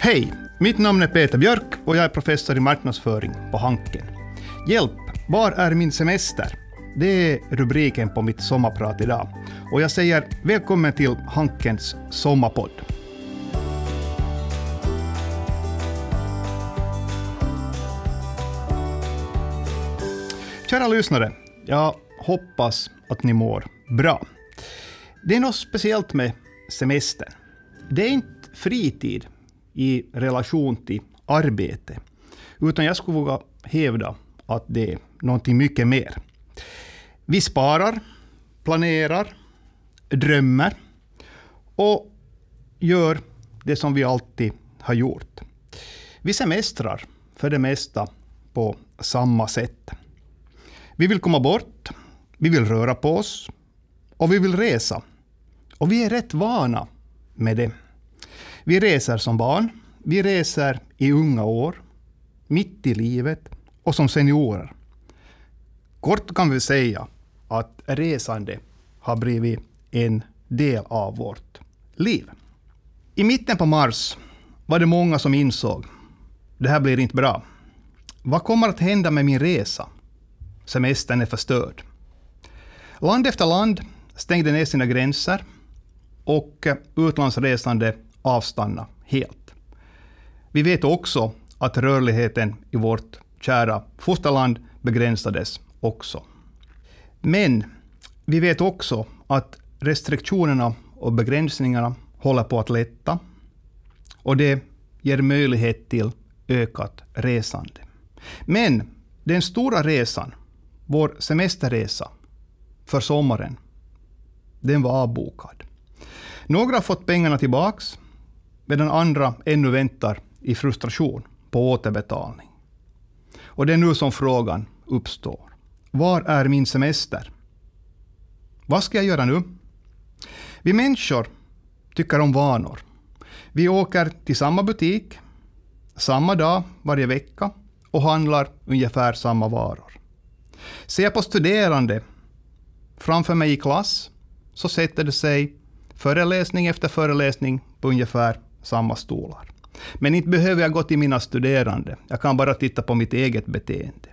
Hej, mitt namn är Peter Björk och jag är professor i marknadsföring på Hanken. Hjälp, var är min semester? Det är rubriken på mitt sommarprat idag. Och jag säger välkommen till Hankens sommarpodd. Kära lyssnare, jag hoppas att ni mår bra. Det är något speciellt med semestern. Det är inte fritid i relation till arbete, utan jag skulle våga hävda att det är någonting mycket mer. Vi sparar, planerar, drömmer och gör det som vi alltid har gjort. Vi semestrar för det mesta på samma sätt. Vi vill komma bort, vi vill röra på oss och vi vill resa. Och vi är rätt vana med det. Vi reser som barn, vi reser i unga år, mitt i livet och som seniorer. Kort kan vi säga att resande har blivit en del av vårt liv. I mitten på mars var det många som insåg det här blir inte bra. Vad kommer att hända med min resa? Semestern är förstörd. Land efter land stängde ner sina gränser och utlandsresande avstanna helt. Vi vet också att rörligheten i vårt kära fosterland begränsades också. Men vi vet också att restriktionerna och begränsningarna håller på att lätta och det ger möjlighet till ökat resande. Men den stora resan, vår semesterresa för sommaren, den var avbokad. Några har fått pengarna tillbaks, medan andra ännu väntar i frustration på återbetalning. Och det är nu som frågan uppstår. Var är min semester? Vad ska jag göra nu? Vi människor tycker om vanor. Vi åker till samma butik, samma dag varje vecka och handlar ungefär samma varor. Ser jag på studerande framför mig i klass så sätter det sig föreläsning efter föreläsning på ungefär samma stolar. Men inte behöver jag gå till mina studerande. Jag kan bara titta på mitt eget beteende.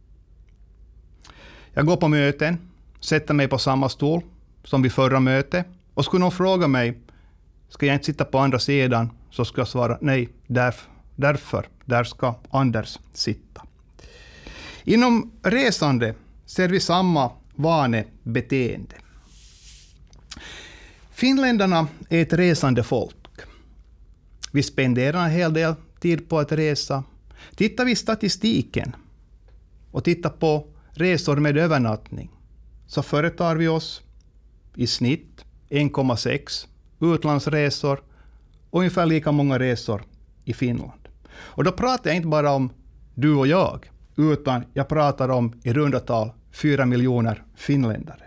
Jag går på möten, sätter mig på samma stol som vid förra mötet och skulle någon fråga mig, ska jag inte sitta på andra sidan, så ska jag svara nej, där ska Anders sitta. Inom resande ser vi samma vanebeteende. Finländarna är ett resande folk. Vi spenderar en hel del tid på att resa. Tittar vi statistiken och tittar på resor med övernattning så företar vi oss i snitt 1,6 utlandsresor och ungefär lika många resor i Finland. Och då pratar jag inte bara om du och jag, utan jag pratar om i runda tal 4 miljoner finländare.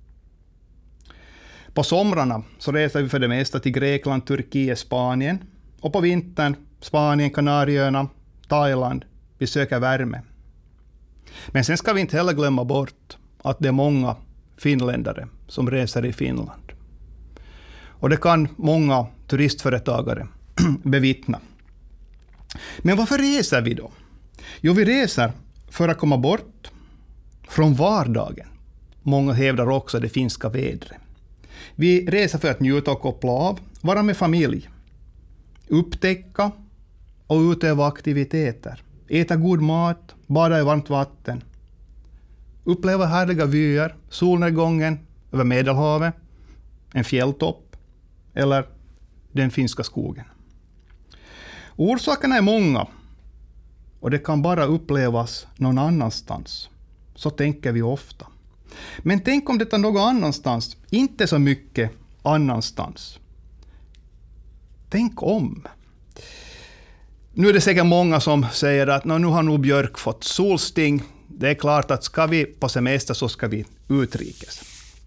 På somrarna så reser vi för det mesta till Grekland, Turkiet, Spanien. Och på vintern Spanien, Kanarieöarna, Thailand. Vi söker värme. Men sen ska vi inte heller glömma bort att det är många finländare som reser i Finland. Och det kan många turistföretagare bevittna. Men varför reser vi då? Jo, vi reser för att komma bort från vardagen. Många hävdar också det finska vädret. Vi reser för att njuta och koppla av, vara med familj, upptäcka och utöva aktiviteter, äta god mat, bada i varmt vatten, uppleva härliga vyer, solnedgången över Medelhavet, en fjälltopp eller den finska skogen. Orsakerna är många och det kan bara upplevas någon annanstans. Så tänker vi ofta. Men tänk om detta någon annanstans, inte så mycket annanstans. Tänk om. Nu är det säkert många som säger att nu har nog Björk fått solsting. Det är klart att ska vi på semester så ska vi utrikes.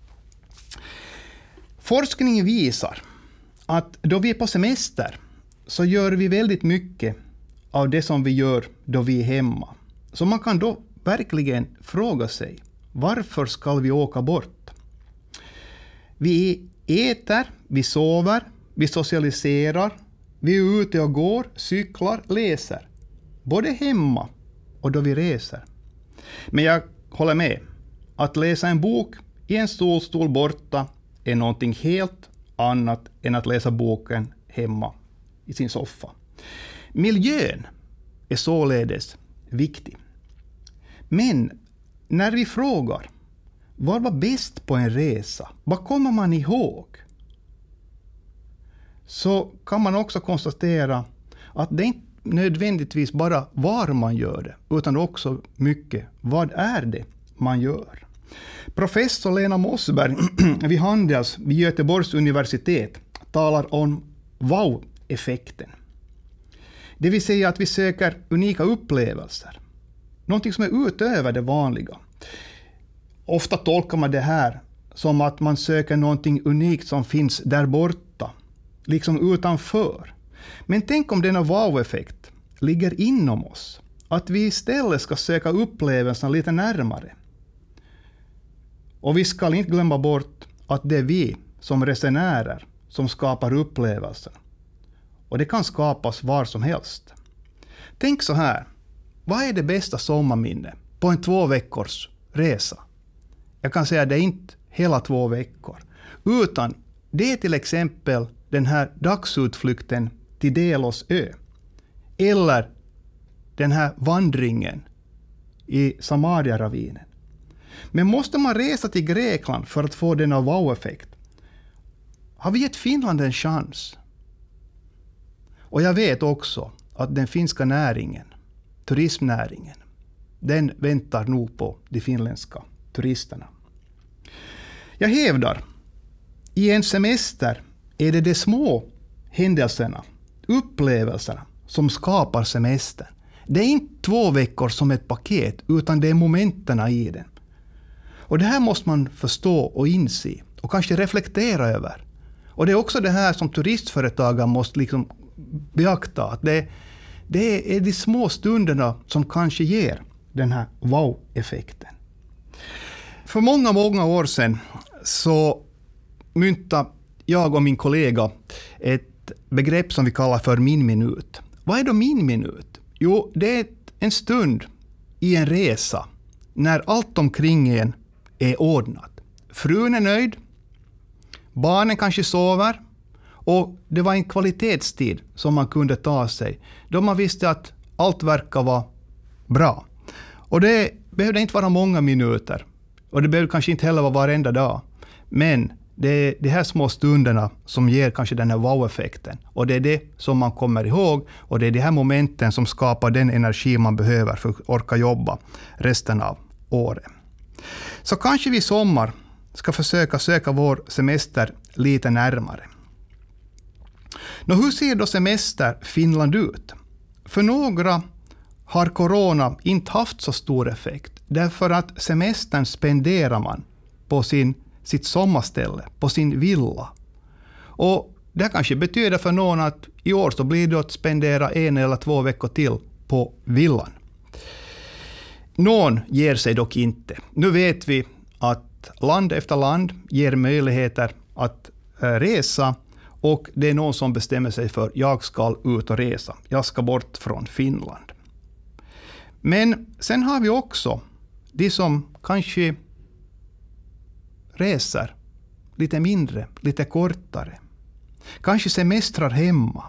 Forskning visar att då vi är på semester så gör vi väldigt mycket av det som vi gör då vi är hemma. Så man kan då verkligen fråga sig, varför ska vi åka bort? Vi äter, vi sover, vi socialiserar, Vi är ute och går, cyklar, läser. Både hemma och då vi reser. Men jag håller med. Att läsa en bok i en solstol borta är någonting helt annat än att läsa boken hemma i sin soffa. Miljön är således viktig. Men när vi frågar vad var bäst på en resa, vad kommer man ihåg? Så kan man också konstatera att det inte nödvändigtvis bara var man gör det, utan också mycket vad är det man gör. Professor Lena Mossberg vid Handels vid Göteborgs universitet talar om wow-effekten. Det vill säga att vi söker unika upplevelser. Någonting som är utöver det vanliga. Ofta tolkar man det här som att man söker någonting unikt som finns där borta. Liksom utanför. Men tänk om denna wow-effekt ligger inom oss. Att vi istället ska söka upplevelsen lite närmare. Och vi ska inte glömma bort att det är vi som resenärer som skapar upplevelsen. Och det kan skapas var som helst. Tänk så här. Vad är det bästa sommarminne på en 2 veckors resa? Jag kan säga att det är inte hela 2 veckor. Utan det är till exempel den här dagsutflykten till Delos ö. Eller den här vandringen i Samaria-ravinen. Men måste man resa till Grekland för att få denna wow-effekt? Har vi gett Finland en chans? Och jag vet också att den finska näringen, turismnäringen, den väntar nog på de finländska turisterna. Jag hävdar, i en semester är det de små händelserna, upplevelserna som skapar semestern. Det är inte 2 veckor som ett paket, utan det är momenten i den. Och det här måste man förstå och inse och kanske reflektera över. Och det är också det här som turistföretagen måste liksom beakta, att det är de små stunderna som kanske ger den här wow-effekten. För många, många år sedan så myntade jag och min kollega ett begrepp som vi kallar för min minut. Vad är då min minut? Jo, det är en stund i en resa när allt omkring en är ordnat. Frun är nöjd, barnen kanske sover och det var en kvalitetstid som man kunde ta sig då man visste att allt verkar vara bra. Och det behövde inte vara många minuter och det behövde kanske inte heller vara varenda dag. Men det är de här små stunderna som ger kanske den här wow-effekten. Och det är det som man kommer ihåg. Och det är de här momenten som skapar den energi man behöver för att orka jobba resten av året. Så kanske vi i sommar ska försöka söka vår semester lite närmare. Hur ser då semester Finland ut? För några har corona inte haft så stor effekt. Därför att semestern spenderar man på sitt sommarställe, på sin villa. Och det kanske betyder för någon att i år så blir det att spendera 1 eller 2 veckor till på villan. Någon ger sig dock inte. Nu vet vi att land efter land ger möjligheter att resa och det är någon som bestämmer sig för jag ska ut och resa. Jag ska bort från Finland. Men sen har vi också de som kanske reser lite mindre, lite kortare. Kanske semestrar hemma.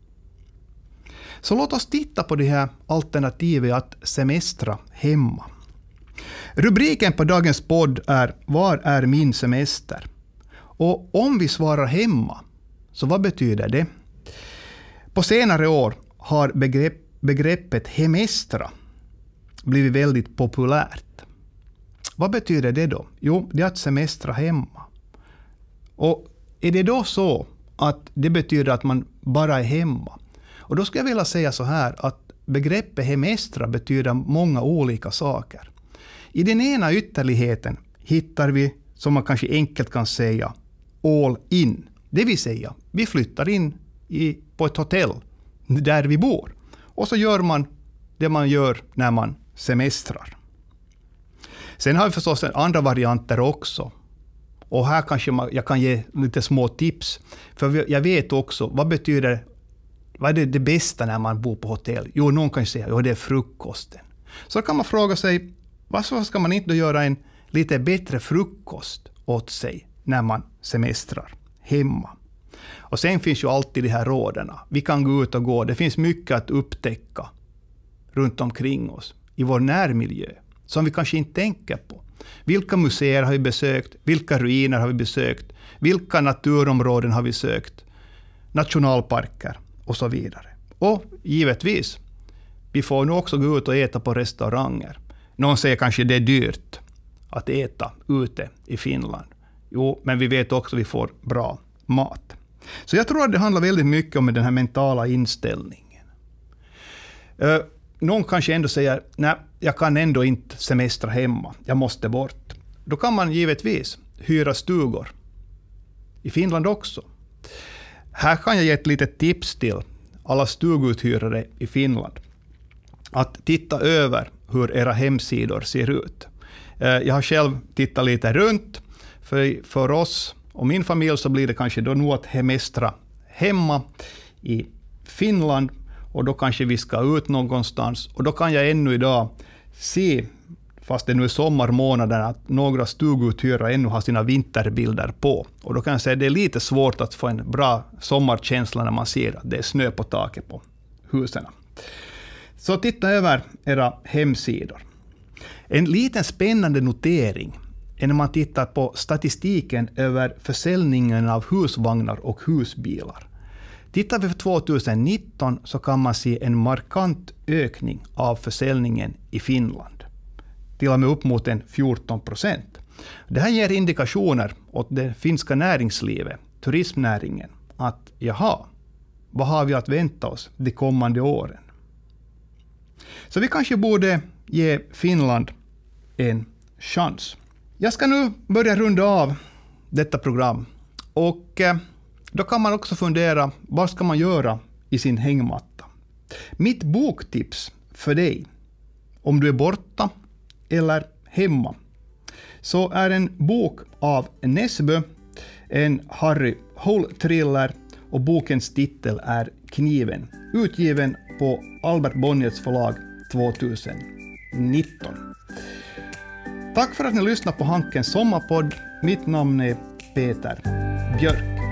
Så låt oss titta på det här alternativet att semestra hemma. Rubriken på dagens podd är Var är min semester? Och om vi svarar hemma, så vad betyder det? På senare år har begreppet hemestra blivit väldigt populärt. Vad betyder det då? Jo, det är att semestra hemma. Och är det då så att det betyder att man bara är hemma? Och då ska jag vilja säga så här att begreppet hemestra betyder många olika saker. I den ena ytterligheten hittar vi, som man kanske enkelt kan säga, all in. Det vill säga, vi flyttar in på ett hotell där vi bor. Och så gör man det man gör när man semestrar. Sen har vi förstås andra varianter också. Och här kanske jag kan ge lite små tips. För jag vet också vad betyder vad är det bästa när man bor på hotell? Jo, någon kan säga att det är frukosten. Så kan man fråga sig, varför ska man inte göra en lite bättre frukost åt sig när man semestrar hemma? Och sen finns ju alltid de här råden. Vi kan gå ut och gå. Det finns mycket att upptäcka runt omkring oss i vår närmiljö som vi kanske inte tänker på. Vilka museer har vi besökt? Vilka ruiner har vi besökt? Vilka naturområden har vi sökt? Nationalparker och så vidare. Och givetvis, vi får nu också gå ut och äta på restauranger. Någon säger kanske det är dyrt att äta ute i Finland. Jo, men vi vet också att vi får bra mat. Så jag tror att det handlar väldigt mycket om den här mentala inställningen. Någon kanske ändå säger, nej, jag kan ändå inte semestra hemma. Jag måste bort. Då kan man givetvis hyra stugor i Finland också. Här kan jag ge ett litet tips till alla stuguthyrare i Finland. Att titta över hur era hemsidor ser ut. Jag har själv tittat lite runt. För oss och min familj så blir det kanske då nog att hemestra hemma i Finland. Och då kanske vi ska ut någonstans. Och då kan jag ännu idag se, fast det nu är sommarmånaden, att några stuguthyrare ännu har sina vinterbilder på. Och då kan jag säga att det är lite svårt att få en bra sommarkänsla när man ser att det är snö på taket på husen. Så titta över era hemsidor. En liten spännande notering är när man tittar på statistiken över försäljningen av husvagnar och husbilar. Tittar vi för 2019 så kan man se en markant ökning av försäljningen i Finland. Till och med upp mot 14%. Det här ger indikationer åt det finska näringslivet, turismnäringen, att vad har vi att vänta oss de kommande åren? Så vi kanske borde ge Finland en chans. Jag ska nu börja runda av detta program. Och då kan man också fundera, vad ska man göra i sin hängmatta? Mitt boktips för dig, om du är borta eller hemma, så är en bok av Nesbø, en Harry Hole-thriller, och bokens titel är Kniven, utgiven på Albert Bonniers förlag 2019. Tack för att ni lyssnar på Hankens sommarpodd. Mitt namn är Peter Björk.